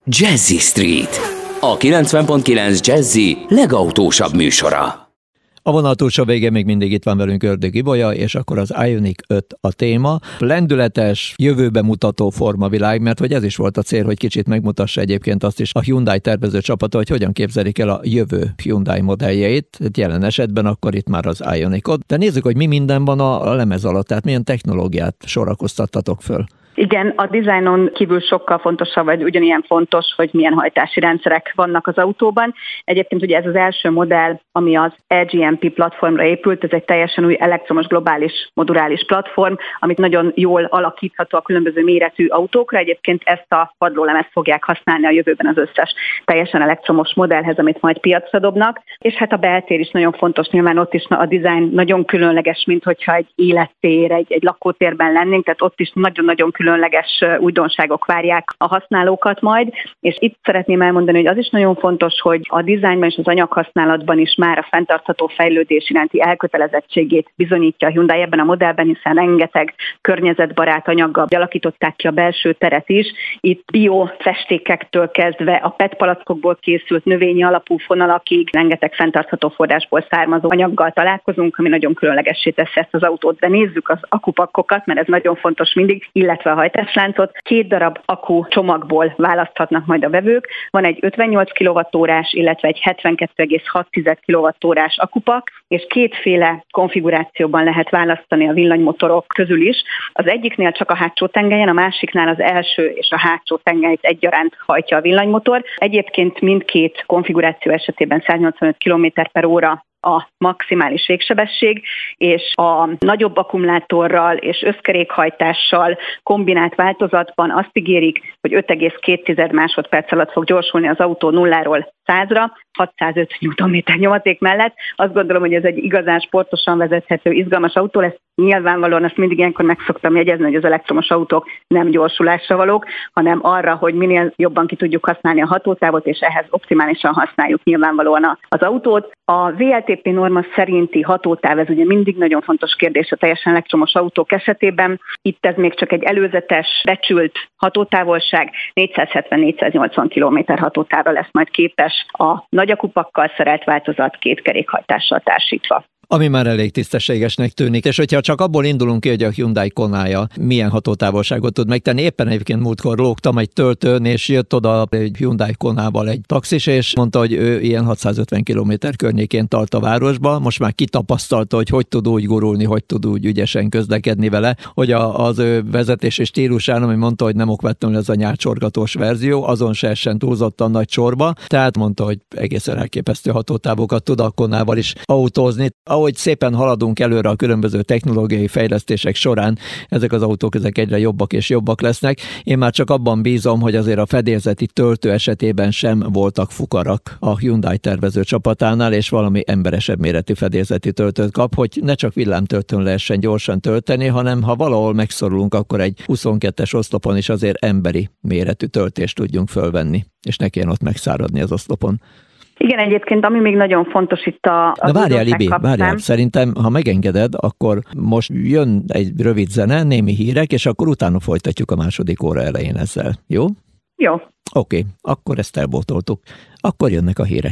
Jazzy Street, a 90.9 Jazzy legautósabb műsora. A vonal túlsó végén még mindig itt van velünk Ördög Ibolya, és akkor az Ioniq 5 a téma. Lendületes, jövőbe mutató formavilág, mert hogy ez is volt a cél, hogy kicsit megmutassa egyébként azt is a Hyundai tervező csapata, hogy hogyan képzelik el a jövő Hyundai modelljeit. Jelen esetben akkor itt már az Ioniqot. De nézzük, hogy mi minden van a lemez alatt, tehát milyen technológiát sorakoztattatok föl. Igen, a dizájnon kívül sokkal fontosabb, vagy ugyanilyen fontos, hogy milyen hajtási rendszerek vannak az autóban. Egyébként ugye ez az első modell, ami az EGMP platformra épült, ez egy teljesen új elektromos globális moduláris platform, amit nagyon jól alakítható a különböző méretű autókra. Egyébként ezt a padlólemezt fogják használni a jövőben az összes teljesen elektromos modellhez, amit majd piacra dobnak. És hát a beltér is nagyon fontos, nyilván ott is a dizájn nagyon különleges, mint hogyha egy élettér, egy lakótérben lennénk, tehát ott is nagyon-nagyon különleges újdonságok várják a használókat majd, és itt szeretném elmondani, hogy az is nagyon fontos, hogy a dizájnban és az anyaghasználatban is már a fenntartható fejlődés iránti elkötelezettségét bizonyítja a Hyundai ebben a modellben, hiszen rengeteg környezetbarát anyaggal alakították ki a belső teret is. Itt biofestékektől kezdve a PET palackokból készült növényi alapú fonalakig rengeteg fenntartható forrásból származó anyaggal találkozunk, ami nagyon különlegessé teszi ezt az autót. De nézzük az akupakkokat, mert ez nagyon fontos mindig, illetve a hajtásláncot. 2 darab akku csomagból választhatnak majd a vevők. Van egy 58 kWh, illetve egy 72,6 kWh akupak, és 2 konfigurációban lehet választani a villanymotorok közül is. Az egyiknél csak a hátsó tengelyen, a másiknál az első és a hátsó tengelyt egyaránt hajtja a villanymotor. Egyébként mindkét konfiguráció esetében 185 km/h a maximális végsebesség, és a nagyobb akkumulátorral és összkerékhajtással kombinált változatban azt ígérik, hogy 5,2 másodperc alatt fog gyorsulni az autó 0-ról 100-ra, 605 Nm nyomaték mellett. Azt gondolom, hogy ez egy igazán sportosan vezethető, izgalmas autó lesz. Nyilvánvalóan azt mindig ilyenkor meg szoktam jegyezni, hogy az elektromos autók nem gyorsulásra valók, hanem arra, hogy minél jobban ki tudjuk használni a hatótávot, és ehhez optimálisan használjuk nyilvánvalóan az autót. A WLTP norma szerinti hatótáv, ez ugye mindig nagyon fontos kérdés a teljesen elektromos autók esetében. Itt ez még csak egy előzetes, becsült hatótávolság, 470-480 km hatótávra lesz majd képes a nagy akupakkal szerelt változat 2 kerékhajtással társítva. Ami már elég tisztességesnek tűnik, és hogyha csak abból indulunk ki, hogy a Hyundai Kona-ja milyen hatótávolságot tud megtenni, éppen egyébként múltkor lógtam egy töltőn, és jött oda egy Hyundai Kona-val egy taxis, és mondta, hogy ő ilyen 650 km környékén tart a városba, most már kitapasztalta, hogy tud úgy gurulni, hogy tud úgy ügyesen közlekedni vele, hogy az ő vezetési stílusán, ami mondta, hogy nem okvetlenül ez a nyálcsorgatós verzió, azon se essen túlzottan nagy csorba, tehát mondta, hogy egészen elképesztő hatótávokat tud a Konával is autózni. Ahogy szépen haladunk előre a különböző technológiai fejlesztések során, ezek az autók egyre jobbak és jobbak lesznek. Én már csak abban bízom, hogy azért a fedélzeti töltő esetében sem voltak fukarak a Hyundai tervező csapatánál, és valami emberesebb méretű fedélzeti töltőt kap, hogy ne csak villámtöltőn lehessen gyorsan tölteni, hanem ha valahol megszorulunk, akkor egy 22-es oszlopon is azért emberi méretű töltést tudjunk fölvenni, és ne kelljen ott megszáradni az oszlopon. Igen, egyébként, ami még nagyon fontos itt De várjál, Ibi, várjál, szerintem, ha megengeded, akkor most jön egy rövid zene, némi hírek, és akkor utána folytatjuk a második óra elején ezzel. Jó? Jó. Oké, akkor ezt elbótoltuk. Akkor jönnek a hírek.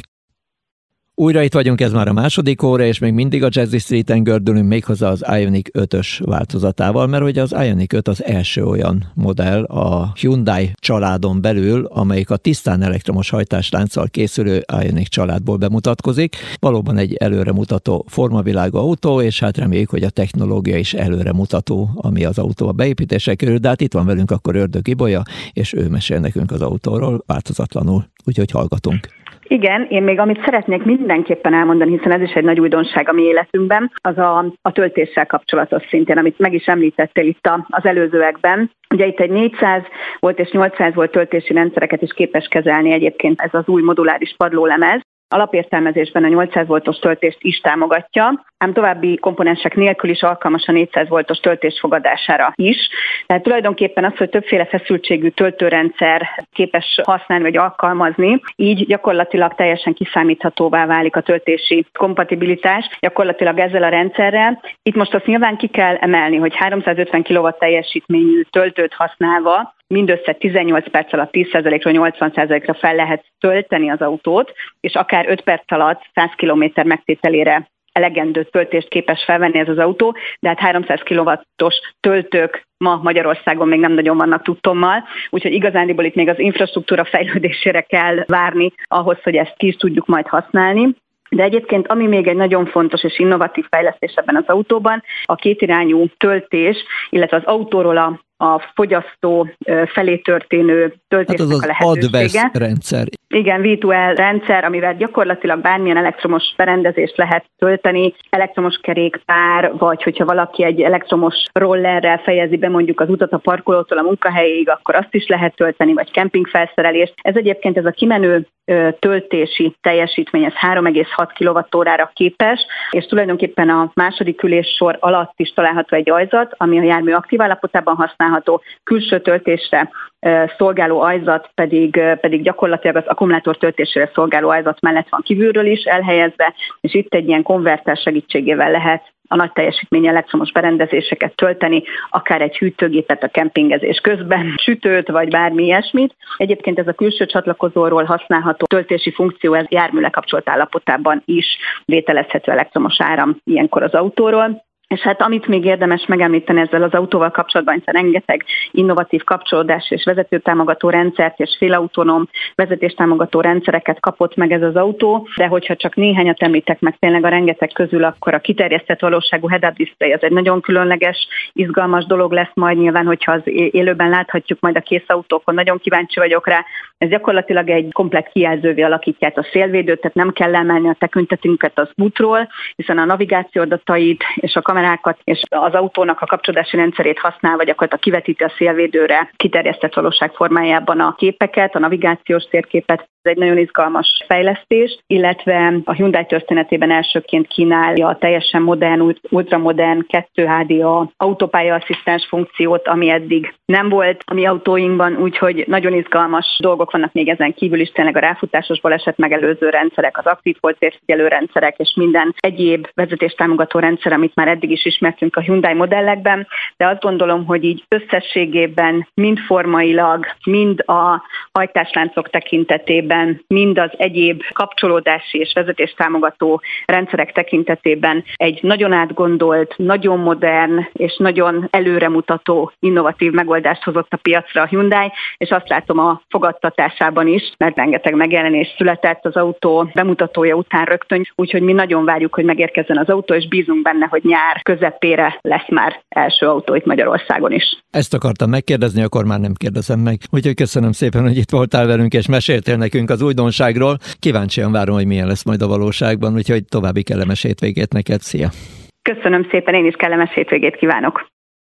Újra itt vagyunk, ez már a második óra, és még mindig a Jazzy Streeten gördülünk méghozzá az Ioniq 5-ös változatával, mert hogy az Ioniq 5 az első olyan modell a Hyundai családon belül, amelyik a tisztán elektromos hajtáslánccal készülő Ioniq családból bemutatkozik. Valóban egy előremutató formavilágú autó, és hát reméljük, hogy a technológia is előremutató, ami az autóba beépítése kerül, de hát itt van velünk akkor Ördög Ibolya, és ő mesél nekünk az autóról változatlanul, úgyhogy hallgatunk. Igen, én még amit szeretnék mindenképpen elmondani, hiszen ez is egy nagy újdonság a mi életünkben, az a töltéssel kapcsolatos szintén, amit meg is említettél itt az előzőekben. Ugye itt egy 400 volt és 800 volt töltési rendszereket is képes kezelni egyébként ez az új moduláris padlólemez. Alapértelmezésben a 800 voltos töltést is támogatja, ám további komponensek nélkül is alkalmas a 400 voltos töltés fogadására is. Tehát tulajdonképpen az, hogy többféle feszültségű töltőrendszer képes használni vagy alkalmazni, így gyakorlatilag teljesen kiszámíthatóvá válik a töltési kompatibilitás gyakorlatilag ezzel a rendszerrel. Itt most azt nyilván ki kell emelni, hogy 350 kW teljesítményű töltőt használva mindössze 18 perc alatt 10%-ról 80%-ra fel lehet tölteni az autót, és akár 5 perc alatt 100 km megtételére elegendő töltést képes felvenni ez az autó, de hát 300 kW-os töltők ma Magyarországon még nem nagyon vannak tudtommal, úgyhogy igazándiból itt még az infrastruktúra fejlődésére kell várni ahhoz, hogy ezt ki is tudjuk majd használni. De egyébként ami még egy nagyon fontos és innovatív fejlesztés ebben az autóban, a kétirányú töltés, illetve az autóról a fogyasztó felé történő töltésnek a lehetősége. Az ad-vesz rendszer. Igen, V2L rendszer, amivel gyakorlatilag bármilyen elektromos berendezést lehet tölteni, elektromos kerékpár, vagy hogyha valaki egy elektromos rollerrel fejezi be mondjuk az utat a parkolótól a munkahelyéig, akkor azt is lehet tölteni, vagy kempingfelszerelést. Ez egyébként ez a kimenő töltési teljesítmény, ez 3,6 kWh-ra képes, és tulajdonképpen a második üléssor alatt is található egy ajzat, ami a jármű aktív állapotában használható, külső töltésre szolgáló ajzat pedig gyakorlatilag az akkumulátor töltésére szolgáló ajzat mellett van kívülről is elhelyezve, és itt egy ilyen konverter segítségével lehet a nagy teljesítményű elektromos berendezéseket tölteni, akár egy hűtőgépet a kempingezés közben, sütőt vagy bármi ilyesmit. Egyébként ez a külső csatlakozóról használható töltési funkció, ez jármű lekapcsolt állapotában is vételezhető elektromos áram ilyenkor az autóról. És hát amit még érdemes megemlíteni ezzel az autóval kapcsolatban, hiszen rengeteg innovatív kapcsolódás és vezetőtámogató rendszert és félautonóm vezetéstámogató rendszereket kapott meg ez az autó, de hogyha csak néhányat említek meg tényleg a rengeteg közül, akkor a kiterjesztett valóságú head-up display az egy nagyon különleges, izgalmas dolog lesz majd nyilván, hogyha az élőben láthatjuk majd a kész autókon, nagyon kíváncsi vagyok rá. Ez gyakorlatilag egy komplett kijelzővé alakítja a szélvédőt, tehát nem kell emelni a tekintetünket az útról, hiszen a navigáció adatait és a kamerákat és az autónak a kapcsolódási rendszerét használva gyakorlatilag kivetíti a szélvédőre kiterjesztett valóság formájában a képeket, a navigációs térképet. Ez egy nagyon izgalmas fejlesztés, illetve a Hyundai történetében elsőként kínálja a teljesen modern, ultramodern 2 HDA autópálya-asszisztens funkciót, ami eddig nem volt a mi autóinkban, úgyhogy nagyon izgalmas dolgok vannak még ezen kívül is, tényleg a ráfutásos baleset megelőző rendszerek, az aktív foltérfigyelő rendszerek és minden egyéb vezetéstámogató rendszer, amit már eddig is ismertünk a Hyundai modellekben, de azt gondolom, hogy így összességében mind formailag, mind a hajtásláncok tekintetében, mind az egyéb kapcsolódási és vezetéstámogató rendszerek tekintetében egy nagyon átgondolt, nagyon modern és nagyon előremutató, innovatív megoldást hozott a piacra a Hyundai, és azt látom a fogadtatásában is, mert rengeteg megjelenés született az autó bemutatója után rögtön, úgyhogy mi nagyon várjuk, hogy megérkezzen az autó, és bízunk benne, hogy nyár közepére lesz már első autó itt Magyarországon is. Ezt akartam megkérdezni, akkor már nem kérdezem meg. Úgyhogy köszönöm szépen, hogy itt voltál velünk, és meséltél nekünk az újdonságról. Kíváncsian várom, hogy milyen lesz majd a valóságban, úgyhogy további kellemes hétvégét neked. Szia! Köszönöm szépen, én is kellemes hétvégét kívánok!